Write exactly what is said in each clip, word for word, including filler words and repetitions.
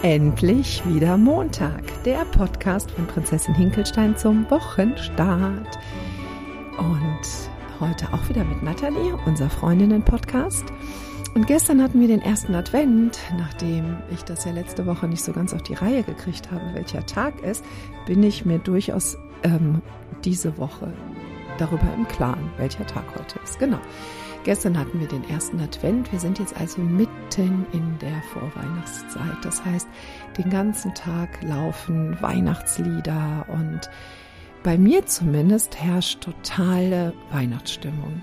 Endlich wieder Montag, der Podcast von Prinzessin Hinkelstein zum Wochenstart. Und heute auch wieder mit Nathalie, unser Freundinnen-Podcast. Und gestern hatten wir den ersten Advent. Nachdem ich das ja letzte Woche nicht so ganz auf die Reihe gekriegt habe, welcher Tag ist, bin ich mir durchaus ähm, diese Woche darüber im Klaren, welcher Tag heute ist. Genau. Gestern hatten wir den ersten Advent. Wir sind jetzt also mitten in der Vorweihnachtszeit. Das heißt, den ganzen Tag laufen Weihnachtslieder und bei mir zumindest herrscht totale Weihnachtsstimmung.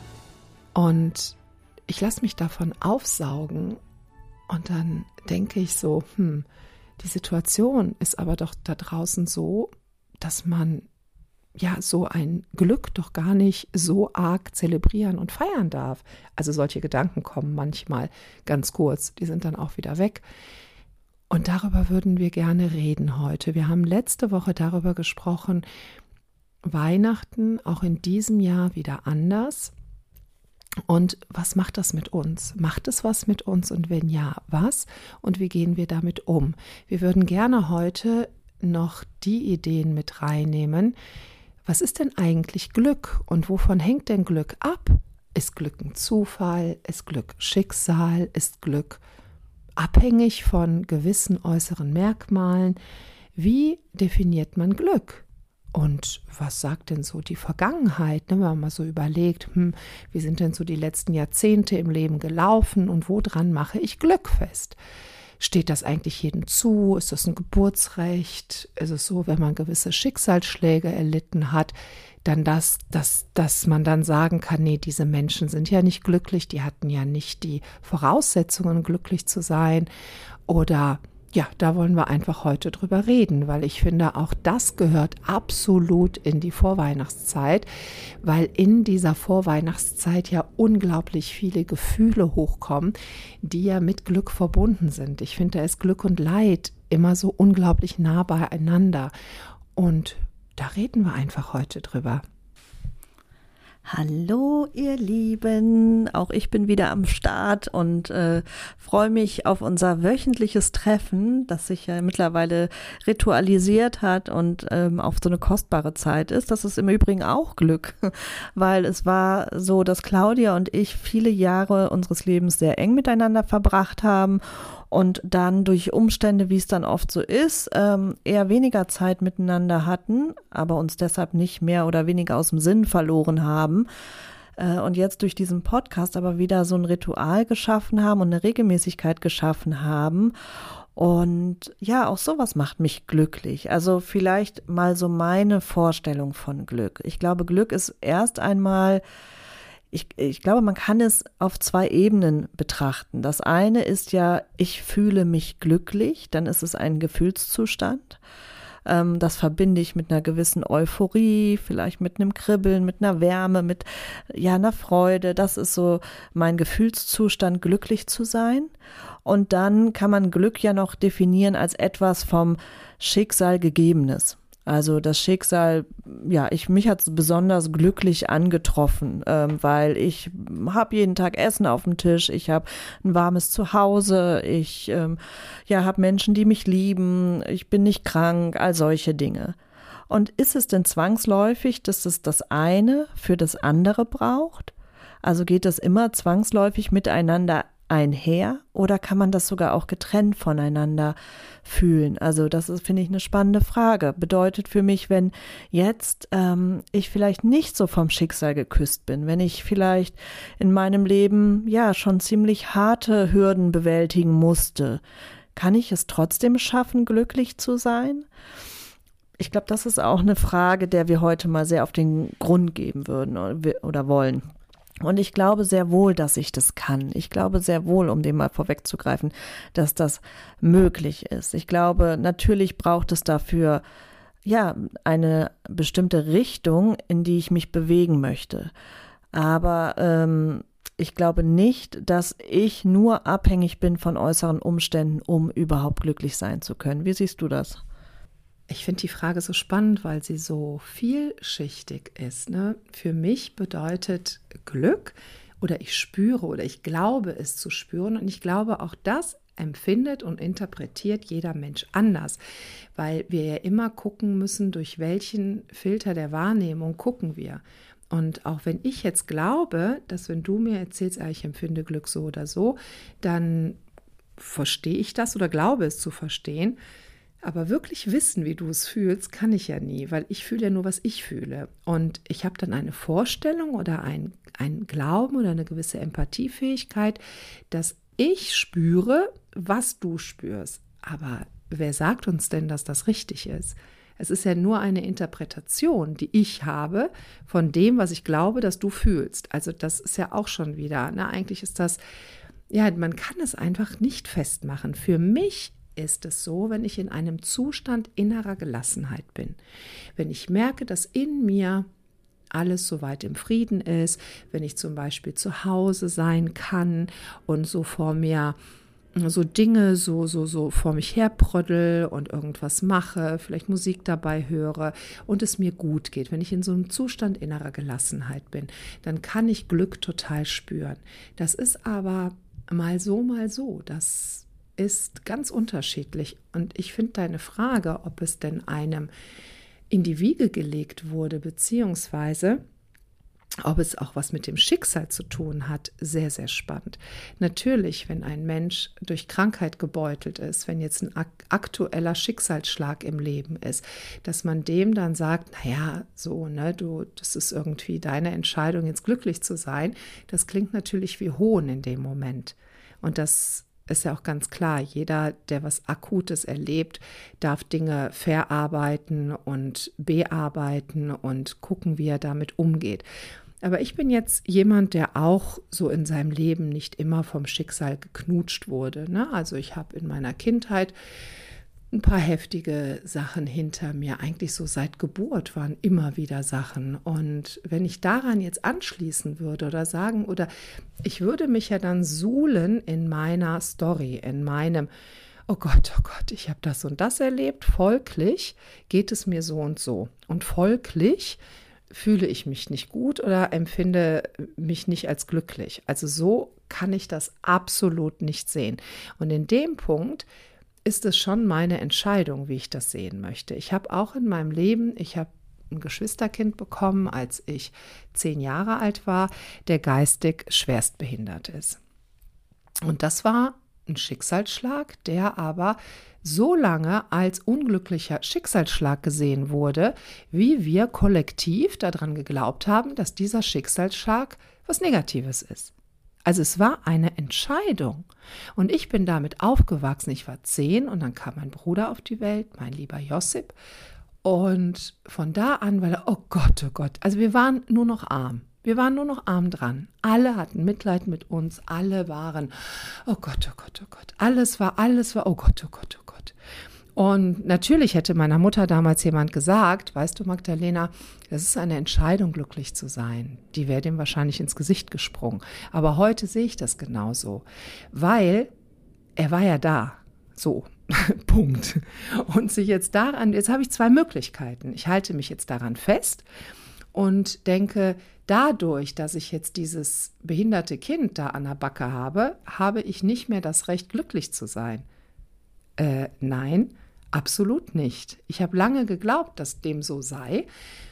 Und ich lasse mich davon aufsaugen und dann denke ich so, hm, die Situation ist aber doch da draußen so, dass man ja so ein Glück doch gar nicht so arg zelebrieren und feiern darf. Also solche Gedanken kommen manchmal ganz kurz, die sind dann auch wieder weg. Und darüber würden wir gerne reden heute. Wir haben letzte Woche darüber gesprochen, Weihnachten auch in diesem Jahr wieder anders. Und was macht das mit uns? Macht es was mit uns und wenn ja, was? Und wie gehen wir damit um? Wir würden gerne heute noch die Ideen mit reinnehmen. Was ist denn eigentlich Glück und wovon hängt denn Glück ab? Ist Glück ein Zufall? Ist Glück Schicksal? Ist Glück abhängig von gewissen äußeren Merkmalen? Wie definiert man Glück? Und was sagt denn so die Vergangenheit, ne, wenn man mal so überlegt, hm, wie sind denn so die letzten Jahrzehnte im Leben gelaufen und woran mache ich Glück fest? Steht das eigentlich jedem zu? Ist das ein Geburtsrecht? Ist es so, wenn man gewisse Schicksalsschläge erlitten hat, dann das, dass, dass man dann sagen kann, nee, diese Menschen sind ja nicht glücklich, die hatten ja nicht die Voraussetzungen, glücklich zu sein. Oder ja, da wollen wir einfach heute drüber reden, weil ich finde, auch das gehört absolut in die Vorweihnachtszeit, weil in dieser Vorweihnachtszeit ja unglaublich viele Gefühle hochkommen, die ja mit Glück verbunden sind. Ich finde, da ist Glück und Leid immer so unglaublich nah beieinander und da reden wir einfach heute drüber. Hallo ihr Lieben, auch ich bin wieder am Start und äh, freue mich auf unser wöchentliches Treffen, das sich ja mittlerweile ritualisiert hat und ähm, auf so eine kostbare Zeit ist. Das ist im Übrigen auch Glück, weil es war so, dass Claudia und ich viele Jahre unseres Lebens sehr eng miteinander verbracht haben und dann durch Umstände, wie es dann oft so ist, ähm, eher weniger Zeit miteinander hatten, aber uns deshalb nicht mehr oder weniger aus dem Sinn verloren haben. Äh, und jetzt durch diesen Podcast aber wieder so ein Ritual geschaffen haben und eine Regelmäßigkeit geschaffen haben. Und ja, auch sowas macht mich glücklich. Also vielleicht mal so meine Vorstellung von Glück. Ich glaube, Glück ist erst einmal Ich, ich glaube, man kann es auf zwei Ebenen betrachten. Das eine ist ja, ich fühle mich glücklich, dann ist es ein Gefühlszustand. Ähm, das verbinde ich mit einer gewissen Euphorie, vielleicht mit einem Kribbeln, mit einer Wärme, mit ja, einer Freude. Das ist so mein Gefühlszustand, glücklich zu sein. Und dann kann man Glück ja noch definieren als etwas vom Schicksal Gegebenes. Also das Schicksal, ja, ich mich hat es besonders glücklich angetroffen, ähm, weil ich habe jeden Tag Essen auf dem Tisch, ich habe ein warmes Zuhause, ich ähm, ja, habe Menschen, die mich lieben, ich bin nicht krank, all solche Dinge. Und ist es denn zwangsläufig, dass es das eine für das andere braucht? Also geht das immer zwangsläufig miteinander einher oder kann man das sogar auch getrennt voneinander fühlen? Also das ist, finde ich, eine spannende Frage. Bedeutet für mich, wenn jetzt ähm, ich vielleicht nicht so vom Schicksal geküsst bin, wenn ich vielleicht in meinem Leben ja schon ziemlich harte Hürden bewältigen musste, kann ich es trotzdem schaffen, glücklich zu sein? Ich glaube, das ist auch eine Frage, der wir heute mal sehr auf den Grund geben würden oder wollen. Und ich glaube sehr wohl, dass ich das kann. Ich glaube sehr wohl, um dem mal vorwegzugreifen, dass das möglich ist. Ich glaube, natürlich braucht es dafür ja eine bestimmte Richtung, in die ich mich bewegen möchte. Aber ähm, ich glaube nicht, dass ich nur abhängig bin von äußeren Umständen, um überhaupt glücklich sein zu können. Wie siehst du das? Ich finde die Frage so spannend, weil sie so vielschichtig ist, ne? Für mich bedeutet Glück oder ich spüre oder ich glaube es zu spüren und ich glaube auch das empfindet und interpretiert jeder Mensch anders, weil wir ja immer gucken müssen, durch welchen Filter der Wahrnehmung gucken wir. Und auch wenn ich jetzt glaube, dass wenn du mir erzählst, ah, ich empfinde Glück so oder so, dann verstehe ich das oder glaube es zu verstehen. Aber wirklich wissen, wie du es fühlst, kann ich ja nie, weil ich fühle ja nur, was ich fühle. Und ich habe dann eine Vorstellung oder ein, ein Glauben oder eine gewisse Empathiefähigkeit, dass ich spüre, was du spürst. Aber wer sagt uns denn, dass das richtig ist? Es ist ja nur eine Interpretation, die ich habe von dem, was ich glaube, dass du fühlst. Also das ist ja auch schon wieder, ne? Eigentlich ist das, ja, man kann es einfach nicht festmachen. Für mich ist es so, wenn ich in einem Zustand innerer Gelassenheit bin, wenn ich merke, dass in mir alles soweit im Frieden ist, wenn ich zum Beispiel zu Hause sein kann und so vor mir so Dinge so, so, so vor mich herpröddel und irgendwas mache, vielleicht Musik dabei höre und es mir gut geht, wenn ich in so einem Zustand innerer Gelassenheit bin, dann kann ich Glück total spüren. Das ist aber mal so, mal so. Das ist ganz unterschiedlich. Und ich finde deine Frage, ob es denn einem in die Wiege gelegt wurde, beziehungsweise ob es auch was mit dem Schicksal zu tun hat, sehr, sehr spannend. Natürlich, wenn ein Mensch durch Krankheit gebeutelt ist, wenn jetzt ein ak- aktueller Schicksalsschlag im Leben ist, dass man dem dann sagt, naja, so, ne, du, das ist irgendwie deine Entscheidung, jetzt glücklich zu sein, das klingt natürlich wie Hohn in dem Moment. Und das ist ja auch ganz klar, jeder, der was Akutes erlebt, darf Dinge verarbeiten und bearbeiten und gucken, wie er damit umgeht. Aber ich bin jetzt jemand, der auch so in seinem Leben nicht immer vom Schicksal geknutscht wurde, ne? Also ich habe in meiner Kindheit ein paar heftige Sachen hinter mir. Eigentlich so seit Geburt waren immer wieder Sachen. Und wenn ich daran jetzt anschließen würde oder sagen, oder ich würde mich ja dann suhlen in meiner Story, in meinem, oh Gott, oh Gott, ich habe das und das erlebt, folglich geht es mir so und so. Und folglich fühle ich mich nicht gut oder empfinde mich nicht als glücklich. Also so kann ich das absolut nicht sehen. Und in dem Punkt ist es schon meine Entscheidung, wie ich das sehen möchte. Ich habe auch in meinem Leben, ich habe ein Geschwisterkind bekommen, als ich zehn Jahre alt war, der geistig schwerstbehindert ist. Und das war ein Schicksalsschlag, der aber so lange als unglücklicher Schicksalsschlag gesehen wurde, wie wir kollektiv daran geglaubt haben, dass dieser Schicksalsschlag was Negatives ist. Also es war eine Entscheidung und ich bin damit aufgewachsen. Ich war zehn und dann kam mein Bruder auf die Welt, mein lieber Josip. Und von da an war er, oh Gott, oh Gott, also wir waren nur noch arm. Wir waren nur noch arm dran. Alle hatten Mitleid mit uns, alle waren, oh Gott, oh Gott, oh Gott. Alles war, alles war, oh Gott, oh Gott, oh Gott. Und natürlich hätte meiner Mutter damals jemand gesagt, weißt du, Magdalena, das ist eine Entscheidung, glücklich zu sein. Die wäre dem wahrscheinlich ins Gesicht gesprungen. Aber heute sehe ich das genauso, weil er war ja da, so, Punkt. Und sich jetzt daran, jetzt habe ich zwei Möglichkeiten. Ich halte mich jetzt daran fest und denke, dadurch, dass ich jetzt dieses behinderte Kind da an der Backe habe, habe ich nicht mehr das Recht, glücklich zu sein. Äh, nein, absolut nicht. Ich habe lange geglaubt, dass dem so sei,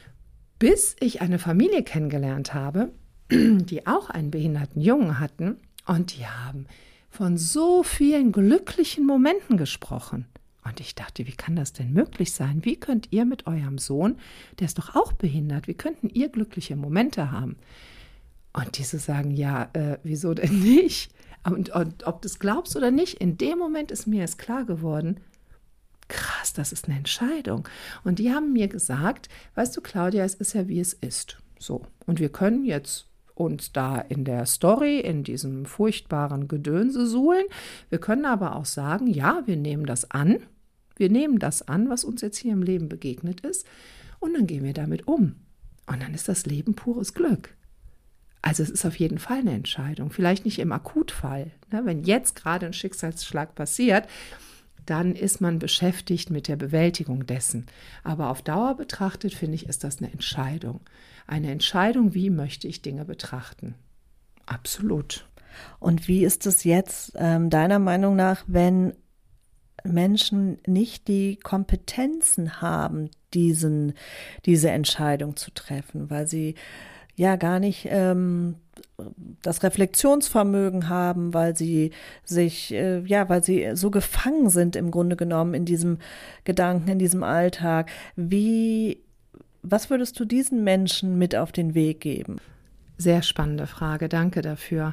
bis ich eine Familie kennengelernt habe, die auch einen behinderten Jungen hatten und die haben von so vielen glücklichen Momenten gesprochen. Und ich dachte, wie kann das denn möglich sein? Wie könnt ihr mit eurem Sohn, der ist doch auch behindert, wie könnten ihr glückliche Momente haben? Und diese sagen, ja, äh, wieso denn nicht? Und, und ob du es glaubst oder nicht, in dem Moment ist mir es klar geworden, krass, das ist eine Entscheidung. Und die haben mir gesagt, weißt du, Claudia, es ist ja, wie es ist. So, und wir können jetzt uns da in der Story, in diesem furchtbaren Gedönse suhlen. Wir können aber auch sagen, ja, wir nehmen das an. Wir nehmen das an, was uns jetzt hier im Leben begegnet ist. Und dann gehen wir damit um. Und dann ist das Leben pures Glück. Also es ist auf jeden Fall eine Entscheidung. Vielleicht nicht im Akutfall. Ne? Wenn jetzt gerade ein Schicksalsschlag passiert, dann ist man beschäftigt mit der Bewältigung dessen. Aber auf Dauer betrachtet, finde ich, ist das eine Entscheidung. Eine Entscheidung, wie möchte ich Dinge betrachten. Absolut. Und wie ist es jetzt ähm, deiner Meinung nach, wenn Menschen nicht die Kompetenzen haben, diesen, diese Entscheidung zu treffen, weil sie ja gar nicht ähm, das Reflexionsvermögen haben, weil sie sich, äh, ja, weil sie so gefangen sind im Grunde genommen in diesem Gedanken, in diesem Alltag. Wie, was würdest du diesen Menschen mit auf den Weg geben? Sehr spannende Frage, danke dafür.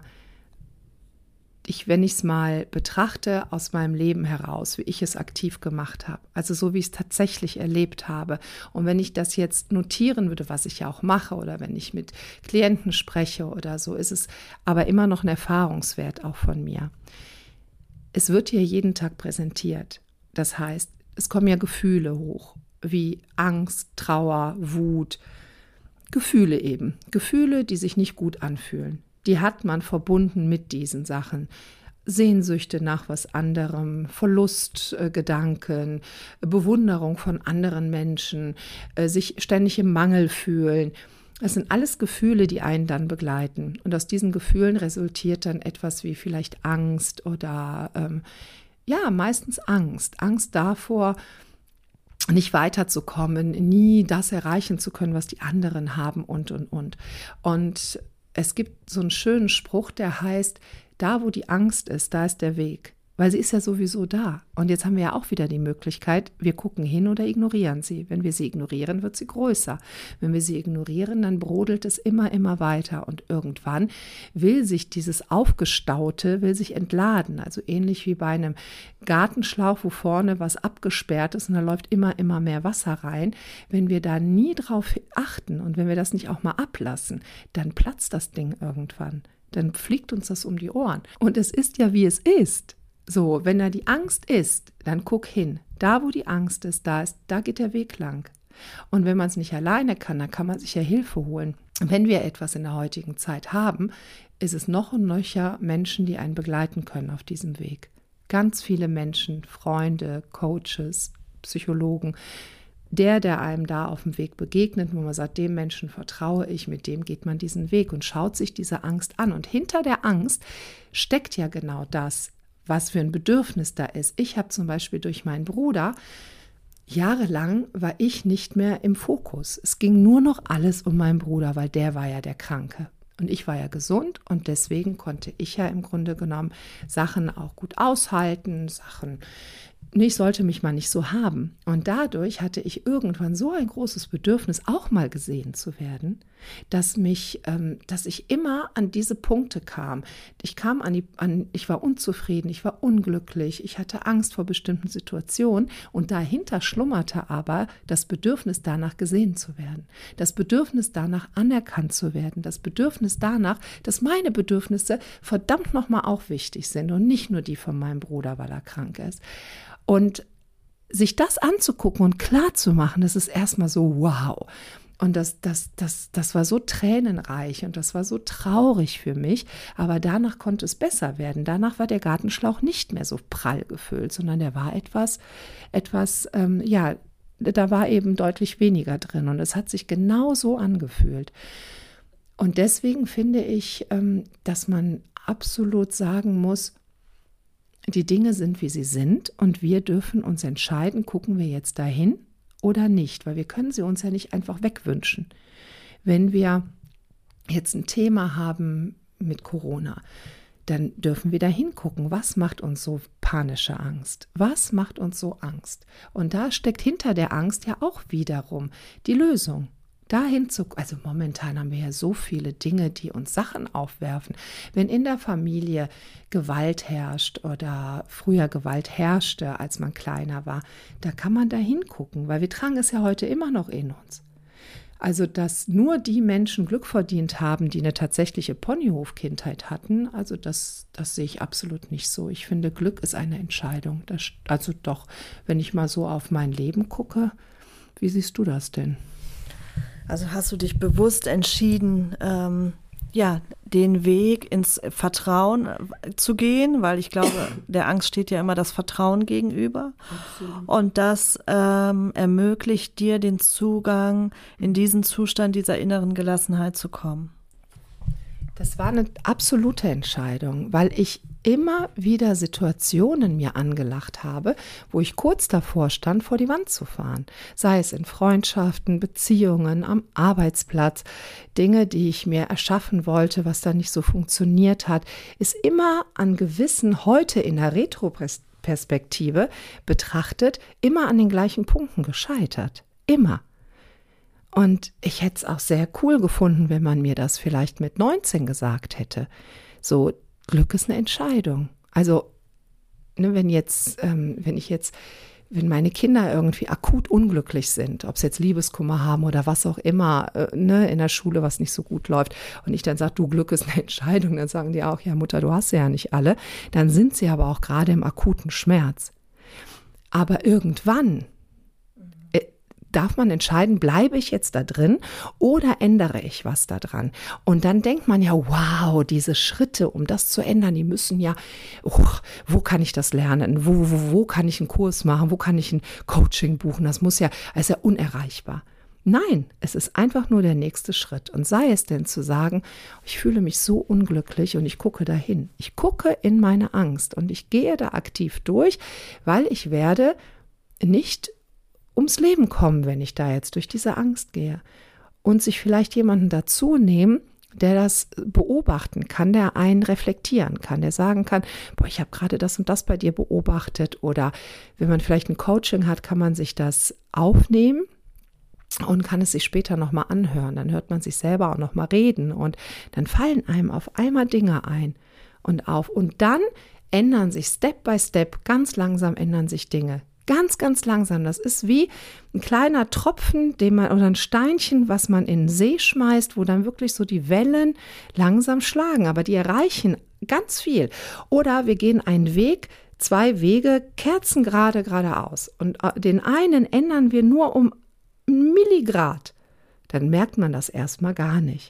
Ich, wenn ich es mal betrachte aus meinem Leben heraus, wie ich es aktiv gemacht habe, also so wie ich es tatsächlich erlebt habe, und wenn ich das jetzt notieren würde, was ich ja auch mache, oder wenn ich mit Klienten spreche oder so, ist es aber immer noch ein Erfahrungswert auch von mir. Es wird hier jeden Tag präsentiert. Das heißt, es kommen ja Gefühle hoch, wie Angst, Trauer, Wut, Gefühle eben, Gefühle, die sich nicht gut anfühlen. Die hat man verbunden mit diesen Sachen. Sehnsüchte nach was anderem, Verlustgedanken, äh, Bewunderung von anderen Menschen, äh, sich ständig im Mangel fühlen. Das sind alles Gefühle, die einen dann begleiten. Und aus diesen Gefühlen resultiert dann etwas wie vielleicht Angst oder, ähm, ja, meistens Angst. Angst davor, nicht weiterzukommen, nie das erreichen zu können, was die anderen haben und, und, und. Und es gibt so einen schönen Spruch, der heißt, da wo die Angst ist, da ist der Weg. Weil sie ist ja sowieso da. Und jetzt haben wir ja auch wieder die Möglichkeit, wir gucken hin oder ignorieren sie. Wenn wir sie ignorieren, wird sie größer. Wenn wir sie ignorieren, dann brodelt es immer, immer weiter. Und irgendwann will sich dieses Aufgestaute, will sich entladen. Also ähnlich wie bei einem Gartenschlauch, wo vorne was abgesperrt ist und da läuft immer, immer mehr Wasser rein. Wenn wir da nie drauf achten und wenn wir das nicht auch mal ablassen, dann platzt das Ding irgendwann. Dann fliegt uns das um die Ohren. Und es ist ja, wie es ist. So, wenn da die Angst ist, dann guck hin. Da, wo die Angst ist, da ist, da geht der Weg lang. Und wenn man es nicht alleine kann, dann kann man sich ja Hilfe holen. Wenn wir etwas in der heutigen Zeit haben, ist es noch und nöcher Menschen, die einen begleiten können auf diesem Weg. Ganz viele Menschen, Freunde, Coaches, Psychologen, der, der einem da auf dem Weg begegnet, wo man sagt, dem Menschen vertraue ich, mit dem geht man diesen Weg und schaut sich diese Angst an. Und hinter der Angst steckt ja genau das, was für ein Bedürfnis da ist. Ich habe zum Beispiel durch meinen Bruder, jahrelang war ich nicht mehr im Fokus. Es ging nur noch alles um meinen Bruder, weil der war ja der Kranke. Und ich war ja gesund und deswegen konnte ich ja im Grunde genommen Sachen auch gut aushalten, Sachen, ich sollte mich mal nicht so haben. Und dadurch hatte ich irgendwann so ein großes Bedürfnis, auch mal gesehen zu werden, dass mich, ähm, dass ich immer an diese Punkte kam. Ich kam an die, an, ich war unzufrieden, ich war unglücklich, ich hatte Angst vor bestimmten Situationen und dahinter schlummerte aber das Bedürfnis danach gesehen zu werden, das Bedürfnis danach anerkannt zu werden, das Bedürfnis danach, dass meine Bedürfnisse verdammt nochmal auch wichtig sind und nicht nur die von meinem Bruder, weil er krank ist. Und sich das anzugucken und klar zu machen, das ist erstmal so wow. Und das, das, das, das war so tränenreich und das war so traurig für mich. Aber danach konnte es besser werden. Danach war der Gartenschlauch nicht mehr so prall gefüllt, sondern der war etwas, etwas, ähm, ja, da war eben deutlich weniger drin. Und es hat sich genau so angefühlt. Und deswegen finde ich, ähm, dass man absolut sagen muss, die Dinge sind, wie sie sind und wir dürfen uns entscheiden, gucken wir jetzt dahin oder nicht, weil wir können sie uns ja nicht einfach wegwünschen. Wenn wir jetzt ein Thema haben mit Corona, dann dürfen wir da hingucken, was macht uns so panische Angst? Was macht uns so Angst? Und da steckt hinter der Angst ja auch wiederum die Lösung. Dahin zu, also momentan haben wir ja so viele Dinge, die uns Sachen aufwerfen. Wenn in der Familie Gewalt herrscht oder früher Gewalt herrschte, als man kleiner war, da kann man da hingucken, weil wir tragen es ja heute immer noch in uns. Also, dass nur die Menschen Glück verdient haben, die eine tatsächliche Ponyhof-Kindheit hatten, also das, das sehe ich absolut nicht so. Ich finde, Glück ist eine Entscheidung. Das, also doch, wenn ich mal so auf mein Leben gucke, wie siehst du das denn? Also hast du dich bewusst entschieden, ähm, ja, den Weg ins Vertrauen zu gehen, weil ich glaube, der Angst steht ja immer das Vertrauen gegenüber. Absolut. Und das ähm, ermöglicht dir den Zugang in diesen Zustand dieser inneren Gelassenheit zu kommen. Das war eine absolute Entscheidung, weil ich immer wieder Situationen mir angelacht habe, wo ich kurz davor stand, vor die Wand zu fahren. Sei es in Freundschaften, Beziehungen, am Arbeitsplatz, Dinge, die ich mir erschaffen wollte, was da nicht so funktioniert hat, ist immer an gewissen, heute in der Retroperspektive betrachtet, immer an den gleichen Punkten gescheitert. Immer. Und ich hätte es auch sehr cool gefunden, wenn man mir das vielleicht mit neunzehn gesagt hätte. So, Glück ist eine Entscheidung. Also, ne, wenn jetzt, ähm, wenn ich jetzt, wenn meine Kinder irgendwie akut unglücklich sind, ob sie jetzt Liebeskummer haben oder was auch immer, äh, ne, in der Schule, was nicht so gut läuft, und ich dann sage, du, Glück ist eine Entscheidung, dann sagen die auch, ja Mutter, du hast sie ja nicht alle. Dann sind sie aber auch gerade im akuten Schmerz. Aber irgendwann darf man entscheiden, bleibe ich jetzt da drin oder ändere ich was da dran? Und dann denkt man ja, wow, diese Schritte, um das zu ändern, die müssen ja, oh, wo kann ich das lernen? Wo, wo, wo kann ich einen Kurs machen? Wo kann ich ein Coaching buchen? Das muss ja, das ist ja unerreichbar. Nein, es ist einfach nur der nächste Schritt. Und sei es denn zu sagen, ich fühle mich so unglücklich und ich gucke dahin. Ich gucke in meine Angst und ich gehe da aktiv durch, weil ich werde nicht ums Leben kommen, wenn ich da jetzt durch diese Angst gehe. Und sich vielleicht jemanden dazu nehmen, der das beobachten kann, der einen reflektieren kann, der sagen kann, boah, ich habe gerade das und das bei dir beobachtet. Oder wenn man vielleicht ein Coaching hat, kann man sich das aufnehmen und kann es sich später nochmal anhören. Dann hört man sich selber auch nochmal reden und dann fallen einem auf einmal Dinge ein und auf. Und dann ändern sich Step by Step, ganz langsam ändern sich Dinge. Ganz, ganz langsam. Das ist wie ein kleiner Tropfen, den man, oder ein Steinchen, was man in den See schmeißt, wo dann wirklich so die Wellen langsam schlagen. Aber die erreichen ganz viel. Oder wir gehen einen Weg, zwei Wege, kerzengerade geradeaus. Und den einen ändern wir nur um Milligrad. Dann merkt man das erstmal gar nicht.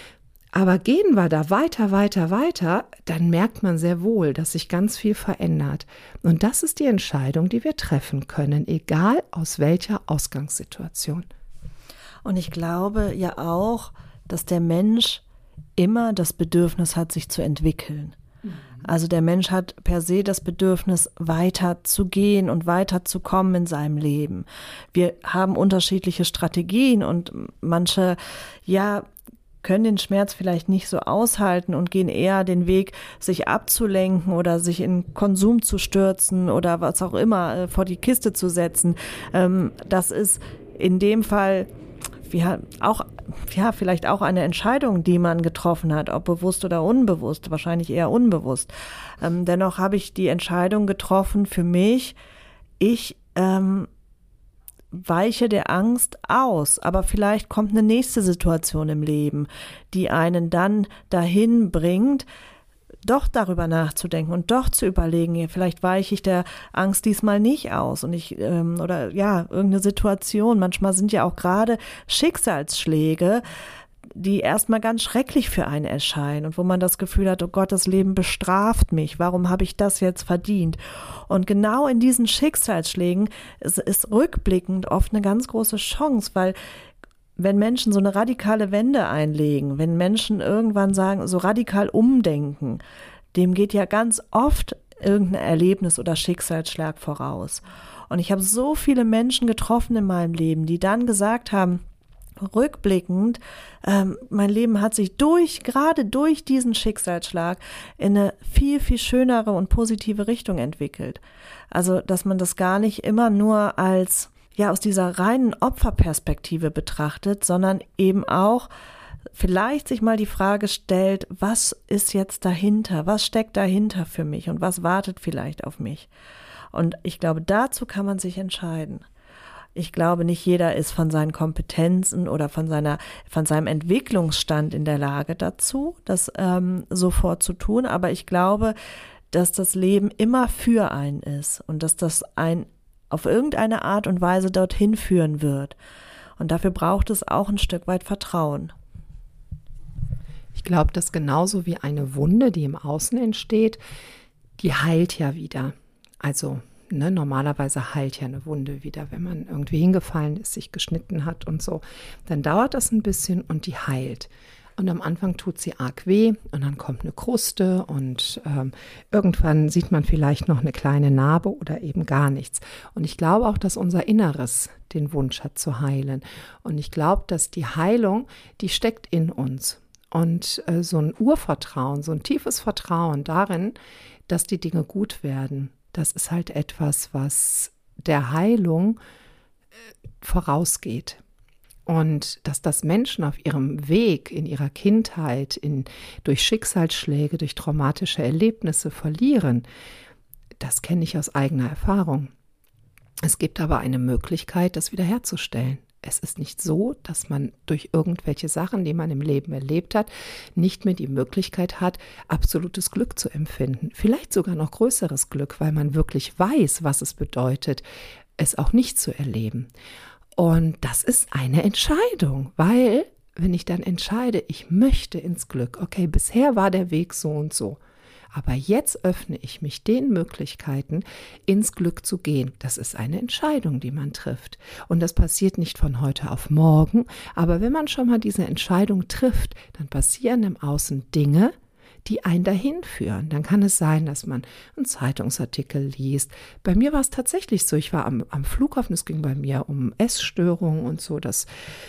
Aber gehen wir da weiter, weiter, weiter, dann merkt man sehr wohl, dass sich ganz viel verändert. Und das ist die Entscheidung, die wir treffen können, egal aus welcher Ausgangssituation. Und ich glaube ja auch, dass der Mensch immer das Bedürfnis hat, sich zu entwickeln. Mhm. Also der Mensch hat per se das Bedürfnis, weiter zu gehen und weiter zu kommen in seinem Leben. Wir haben unterschiedliche Strategien und manche, ja, können den Schmerz vielleicht nicht so aushalten und gehen eher den Weg, sich abzulenken oder sich in Konsum zu stürzen oder was auch immer äh, vor die Kiste zu setzen. Ähm, das ist in dem Fall ja, auch, ja, vielleicht auch eine Entscheidung, die man getroffen hat, ob bewusst oder unbewusst, wahrscheinlich eher unbewusst. Ähm, dennoch habe ich die Entscheidung getroffen für mich, ich ähm, weiche der Angst aus, aber vielleicht kommt eine nächste Situation im Leben, die einen dann dahin bringt, doch darüber nachzudenken und doch zu überlegen, vielleicht weiche ich der Angst diesmal nicht aus und ich, ähm, oder ja, irgendeine Situation, manchmal sind ja auch gerade Schicksalsschläge, die erstmal ganz schrecklich für einen erscheinen und wo man das Gefühl hat, oh Gott, das Leben bestraft mich, warum habe ich das jetzt verdient? Und genau in diesen Schicksalsschlägen ist, ist rückblickend oft eine ganz große Chance, weil wenn Menschen so eine radikale Wende einlegen, wenn Menschen irgendwann sagen, so radikal umdenken, dem geht ja ganz oft irgendein Erlebnis oder Schicksalsschlag voraus. Und ich habe so viele Menschen getroffen in meinem Leben, die dann gesagt haben, rückblickend, ähm, mein Leben hat sich durch, gerade durch diesen Schicksalsschlag in eine viel, viel schönere und positive Richtung entwickelt. Also, dass man das gar nicht immer nur als, ja, aus dieser reinen Opferperspektive betrachtet, sondern eben auch vielleicht sich mal die Frage stellt, was ist jetzt dahinter? Was steckt dahinter für mich und was wartet vielleicht auf mich? Und ich glaube, dazu kann man sich entscheiden. Ich glaube, nicht jeder ist von seinen Kompetenzen oder von seiner, von seinem Entwicklungsstand in der Lage dazu, das ähm, sofort zu tun. Aber ich glaube, dass das Leben immer für einen ist und dass das ein auf irgendeine Art und Weise dorthin führen wird. Und dafür braucht es auch ein Stück weit Vertrauen. Ich glaube, dass genauso wie eine Wunde, die im Außen entsteht, die heilt ja wieder. Also Ne, normalerweise heilt ja eine Wunde wieder, wenn man irgendwie hingefallen ist, sich geschnitten hat und so. Dann dauert das ein bisschen und die heilt. Und am Anfang tut sie arg weh und dann kommt eine Kruste und ähm, irgendwann sieht man vielleicht noch eine kleine Narbe oder eben gar nichts. Und ich glaube auch, dass unser Inneres den Wunsch hat zu heilen. Und ich glaube, dass die Heilung, die steckt in uns. Und äh, so ein Urvertrauen, so ein tiefes Vertrauen darin, dass die Dinge gut werden, das ist halt etwas, was der Heilung äh, vorausgeht. Und dass das Menschen auf ihrem Weg in ihrer Kindheit, in, durch Schicksalsschläge, durch traumatische Erlebnisse verlieren, das kenne ich aus eigener Erfahrung. Es gibt aber eine Möglichkeit, das wiederherzustellen. Es ist nicht so, dass man durch irgendwelche Sachen, die man im Leben erlebt hat, nicht mehr die Möglichkeit hat, absolutes Glück zu empfinden. Vielleicht sogar noch größeres Glück, weil man wirklich weiß, was es bedeutet, es auch nicht zu erleben. Und das ist eine Entscheidung, weil wenn ich dann entscheide, ich möchte ins Glück, okay, bisher war der Weg so und so, aber jetzt öffne ich mich den Möglichkeiten, ins Glück zu gehen. Das ist eine Entscheidung, die man trifft. Und das passiert nicht von heute auf morgen, aber wenn man schon mal diese Entscheidung trifft, dann passieren im Außen Dinge, die einen dahin führen. Dann kann es sein, dass man einen Zeitungsartikel liest. Bei mir war es tatsächlich so, ich war am, am Flughafen, es ging bei mir um Essstörungen und so, das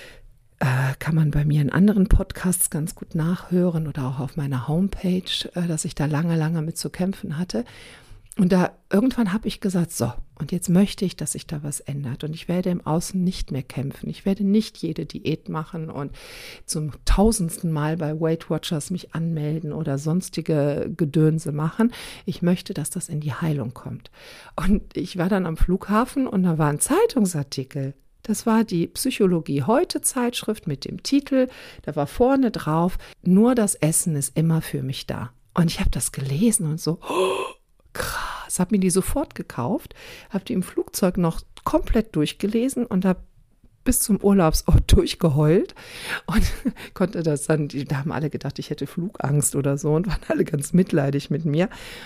äh, kann man bei mir in anderen Podcasts ganz gut nachhören oder auch auf meiner Homepage, äh, dass ich da lange, lange mit zu kämpfen hatte. Und da irgendwann habe ich gesagt, so, und jetzt möchte ich, dass sich da was ändert. Und ich werde im Außen nicht mehr kämpfen. Ich werde nicht jede Diät machen und zum tausendsten Mal bei Weight Watchers mich anmelden oder sonstige Gedönse machen. Ich möchte, dass das in die Heilung kommt. Und ich war dann am Flughafen und da war ein Zeitungsartikel. Das war die Psychologie heute Zeitschrift mit dem Titel. Da war vorne drauf, nur das Essen ist immer für mich da. Und ich habe das gelesen und so, oh, krass, habe mir die sofort gekauft, habe die im Flugzeug noch komplett durchgelesen und habe bis zum Urlaubsort durchgeheult und konnte das dann, die, da haben alle gedacht, ich hätte Flugangst oder so und waren alle ganz mitleidig mit mir.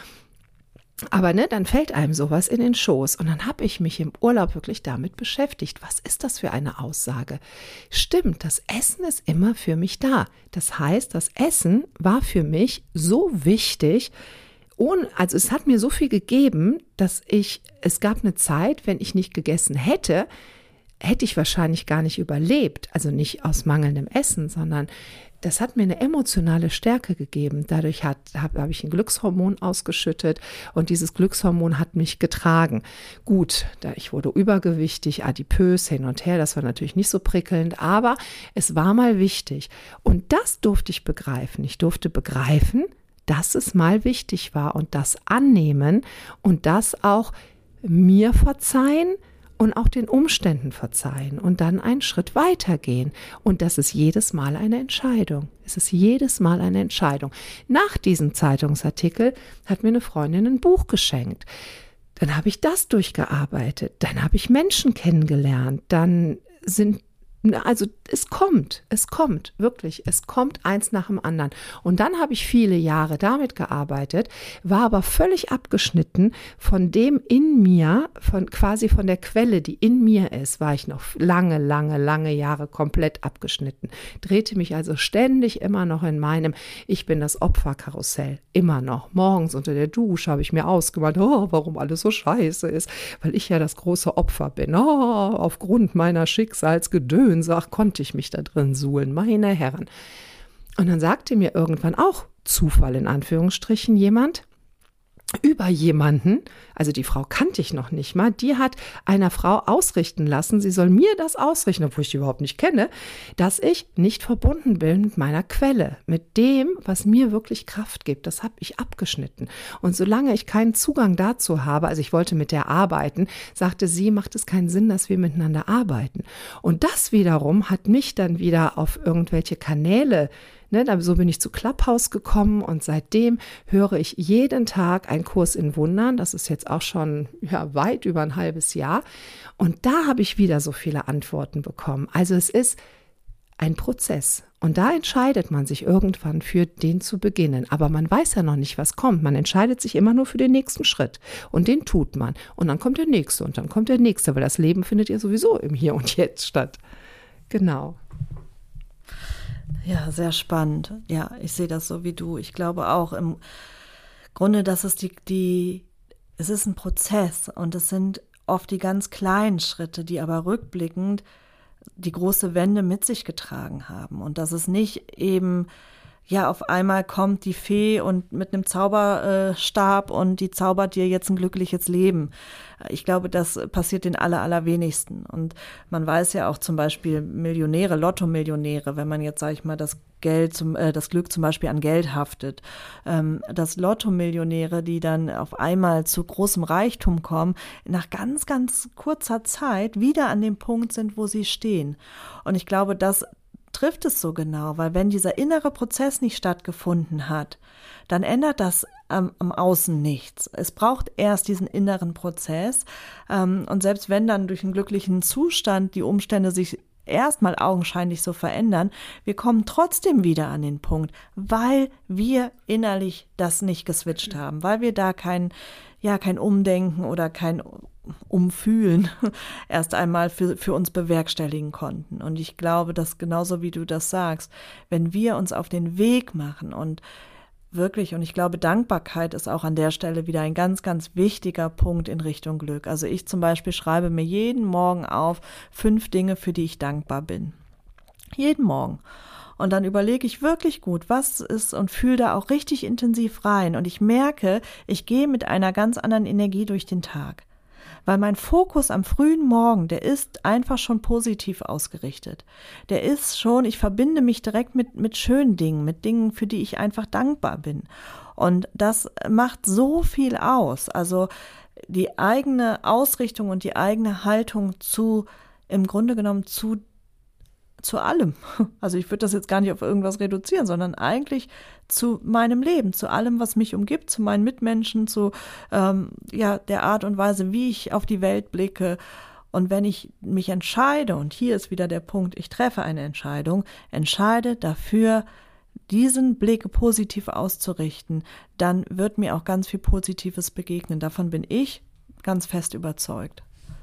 Aber ne, dann fällt einem sowas in den Schoß und dann habe ich mich im Urlaub wirklich damit beschäftigt. Was ist das für eine Aussage? Stimmt, das Essen ist immer für mich da. Das heißt, das Essen war für mich so wichtig, ohne, also es hat mir so viel gegeben, dass ich, es gab eine Zeit, wenn ich nicht gegessen hätte, hätte ich wahrscheinlich gar nicht überlebt. Also nicht aus mangelndem Essen, sondern das hat mir eine emotionale Stärke gegeben. Dadurch habe hab ich ein Glückshormon ausgeschüttet und dieses Glückshormon hat mich getragen. Gut, da ich wurde übergewichtig, adipös, hin und her, das war natürlich nicht so prickelnd, aber es war mal wichtig. Und das durfte ich begreifen. Ich durfte begreifen, dass es mal wichtig war und das annehmen und das auch mir verzeihen und auch den Umständen verzeihen und dann einen Schritt weitergehen. Und das ist jedes Mal eine Entscheidung. Es ist jedes Mal eine Entscheidung. Nach diesem Zeitungsartikel hat mir eine Freundin ein Buch geschenkt. Dann habe ich das durchgearbeitet. Dann habe ich Menschen kennengelernt. Dann sind Also es kommt, es kommt, wirklich, es kommt eins nach dem anderen. Und dann habe ich viele Jahre damit gearbeitet, war aber völlig abgeschnitten von dem in mir, von quasi von der Quelle, die in mir ist, war ich noch lange, lange, lange Jahre komplett abgeschnitten. Drehte mich also ständig immer noch in meinem, ich bin das Opferkarussell, immer noch. Morgens unter der Dusche habe ich mir ausgemalt, oh, warum alles so scheiße ist, weil ich ja das große Opfer bin. Oh, aufgrund meiner Schicksalsgedöns. Ach, konnte ich mich da drin suhlen, meine Herren. Und dann sagte mir irgendwann auch, Zufall in Anführungsstrichen, jemand, über jemanden, also die Frau kannte ich noch nicht mal, die hat einer Frau ausrichten lassen, sie soll mir das ausrichten, obwohl ich die überhaupt nicht kenne, dass ich nicht verbunden bin mit meiner Quelle, mit dem, was mir wirklich Kraft gibt. Das habe ich abgeschnitten. Und solange ich keinen Zugang dazu habe, also ich wollte mit der arbeiten, sagte sie, macht es keinen Sinn, dass wir miteinander arbeiten. Und das wiederum hat mich dann wieder auf irgendwelche Kanäle, ne, so bin ich zu Clubhouse gekommen und seitdem höre ich jeden Tag einen Kurs in Wundern. Das ist jetzt auch schon ja, weit über ein halbes Jahr. Und da habe ich wieder so viele Antworten bekommen. Also es ist ein Prozess. Und da entscheidet man sich irgendwann für den zu beginnen. Aber man weiß ja noch nicht, was kommt. Man entscheidet sich immer nur für den nächsten Schritt. Und den tut man. Und dann kommt der nächste und dann kommt der nächste, weil das Leben findet ja sowieso im Hier und Jetzt statt. Genau. Ja, sehr spannend. Ja, ich sehe das so wie du. Ich glaube auch im Grunde, dass es die, die, es ist ein Prozess und es sind oft die ganz kleinen Schritte, die aber rückblickend die große Wende mit sich getragen haben. Und dass es nicht eben, ja, auf einmal kommt die Fee und mit einem Zauberstab und die zaubert dir jetzt ein glückliches Leben. Ich glaube, das passiert den aller, allerwenigsten. Und man weiß ja auch zum Beispiel Millionäre, Lotto-Millionäre, wenn man jetzt, sage ich mal, das Geld, zum, äh, das Glück zum Beispiel an Geld haftet, ähm, dass Lotto-Millionäre, die dann auf einmal zu großem Reichtum kommen, nach ganz, ganz kurzer Zeit wieder an dem Punkt sind, wo sie stehen. Und ich glaube, das trifft es so genau, weil wenn dieser innere Prozess nicht stattgefunden hat, dann ändert das am, am Außen nichts. Es braucht erst diesen inneren Prozess ähm, und selbst wenn dann durch einen glücklichen Zustand die Umstände sich erstmal augenscheinlich so verändern, wir kommen trotzdem wieder an den Punkt, weil wir innerlich das nicht geswitcht haben, weil wir da kein, ja, kein Umdenken oder kein Umfühlen erst einmal für, für uns bewerkstelligen konnten. Und ich glaube, dass genauso wie du das sagst, wenn wir uns auf den Weg machen und wirklich, und ich glaube, Dankbarkeit ist auch an der Stelle wieder ein ganz, ganz wichtiger Punkt in Richtung Glück. Also ich zum Beispiel schreibe mir jeden Morgen auf fünf Dinge, für die ich dankbar bin. Jeden Morgen. Und dann überlege ich wirklich gut, was ist, und fühle da auch richtig intensiv rein. Und ich merke, ich gehe mit einer ganz anderen Energie durch den Tag. Weil mein Fokus am frühen Morgen, der ist einfach schon positiv ausgerichtet. Der ist schon, ich verbinde mich direkt mit, mit schönen Dingen, mit Dingen, für die ich einfach dankbar bin. Und das macht so viel aus. Also die eigene Ausrichtung und die eigene Haltung zu, im Grunde genommen zu zu allem. Also ich würde das jetzt gar nicht auf irgendwas reduzieren, sondern eigentlich zu meinem Leben, zu allem, was mich umgibt, zu meinen Mitmenschen, zu ähm, ja, der Art und Weise, wie ich auf die Welt blicke. Und wenn ich mich entscheide, und hier ist wieder der Punkt, ich treffe eine Entscheidung, entscheide dafür, diesen Blick positiv auszurichten, dann wird mir auch ganz viel Positives begegnen. Davon bin ich ganz fest überzeugt.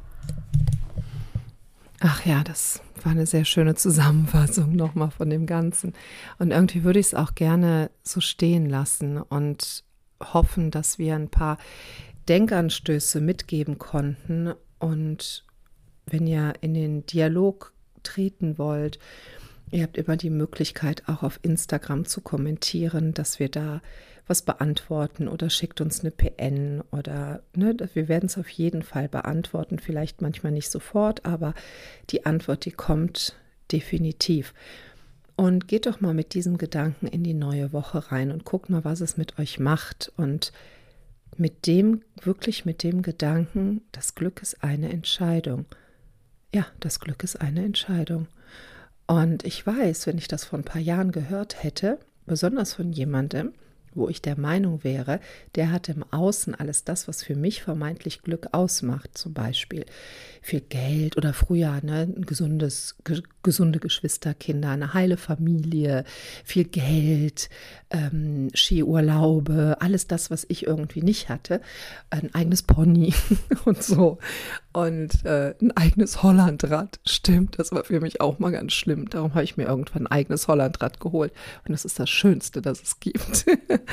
Ach ja, das war eine sehr schöne Zusammenfassung nochmal von dem Ganzen. Und irgendwie würde ich es auch gerne so stehen lassen und hoffen, dass wir ein paar Denkanstöße mitgeben konnten. Und wenn ihr in den Dialog treten wollt, ihr habt immer die Möglichkeit, auch auf Instagram zu kommentieren, dass wir da was beantworten, oder schickt uns eine P N oder ne, wir werden es auf jeden Fall beantworten, vielleicht manchmal nicht sofort, aber die Antwort, die kommt definitiv. Und geht doch mal mit diesem Gedanken in die neue Woche rein und guckt mal, was es mit euch macht, und mit dem, wirklich mit dem Gedanken, das Glück ist eine Entscheidung. Ja, das Glück ist eine Entscheidung. Und ich weiß, wenn ich das vor ein paar Jahren gehört hätte, besonders von jemandem, wo ich der Meinung wäre, der hat im Außen alles das, was für mich vermeintlich Glück ausmacht, zum Beispiel viel Geld oder früher ne, ein gesundes, ge- gesunde Geschwisterkinder, eine heile Familie, viel Geld, ähm, Skiurlaube, alles das, was ich irgendwie nicht hatte, ein eigenes Pony und so und äh, ein eigenes Hollandrad, stimmt, das war für mich auch mal ganz schlimm, darum habe ich mir irgendwann ein eigenes Hollandrad geholt und das ist das Schönste, das es gibt.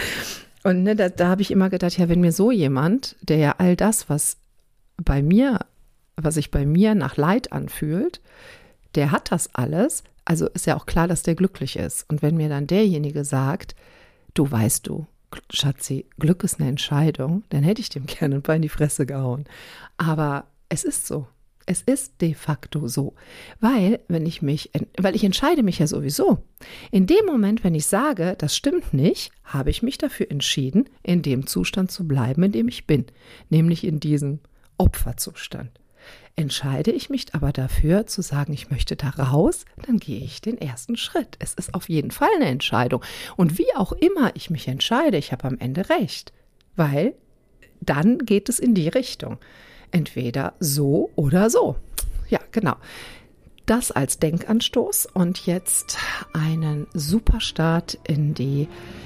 Und ne, da, da habe ich immer gedacht, ja, wenn mir so jemand, der ja all das, was bei mir, was sich bei mir nach Leid anfühlt, der hat das alles, also ist ja auch klar, dass der glücklich ist. Und wenn mir dann derjenige sagt, du weißt du, Schatzi, Glück ist eine Entscheidung, dann hätte ich dem gerne ein Bein in die Fresse gehauen. Aber es ist so. Es ist de facto so, weil wenn ich mich, weil ich entscheide mich ja sowieso. In dem Moment, wenn ich sage, das stimmt nicht, habe ich mich dafür entschieden, in dem Zustand zu bleiben, in dem ich bin, nämlich in diesem Opferzustand. Entscheide ich mich aber dafür, zu sagen, ich möchte da raus, dann gehe ich den ersten Schritt. Es ist auf jeden Fall eine Entscheidung. Und wie auch immer ich mich entscheide, ich habe am Ende recht, weil dann geht es in die Richtung. Entweder so oder so. Ja, genau. Das als Denkanstoß und jetzt einen super Start in die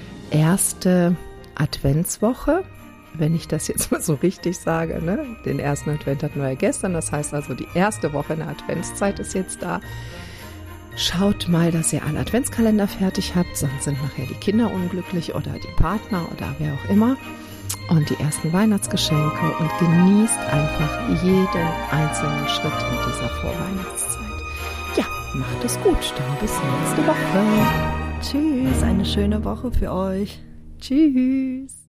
erste Adventswoche. Wenn ich das jetzt mal so richtig sage, ne? Den ersten Advent hatten wir ja gestern, das heißt also die erste Woche in der Adventszeit ist jetzt da. Schaut mal, dass ihr alle Adventskalender fertig habt, sonst sind nachher die Kinder unglücklich oder die Partner oder wer auch immer. Und die ersten Weihnachtsgeschenke und genießt einfach jeden einzelnen Schritt in dieser Vorweihnachtszeit. Ja, macht es gut, dann bis nächste Woche. Tschüss, eine schöne Woche für euch. Tschüss.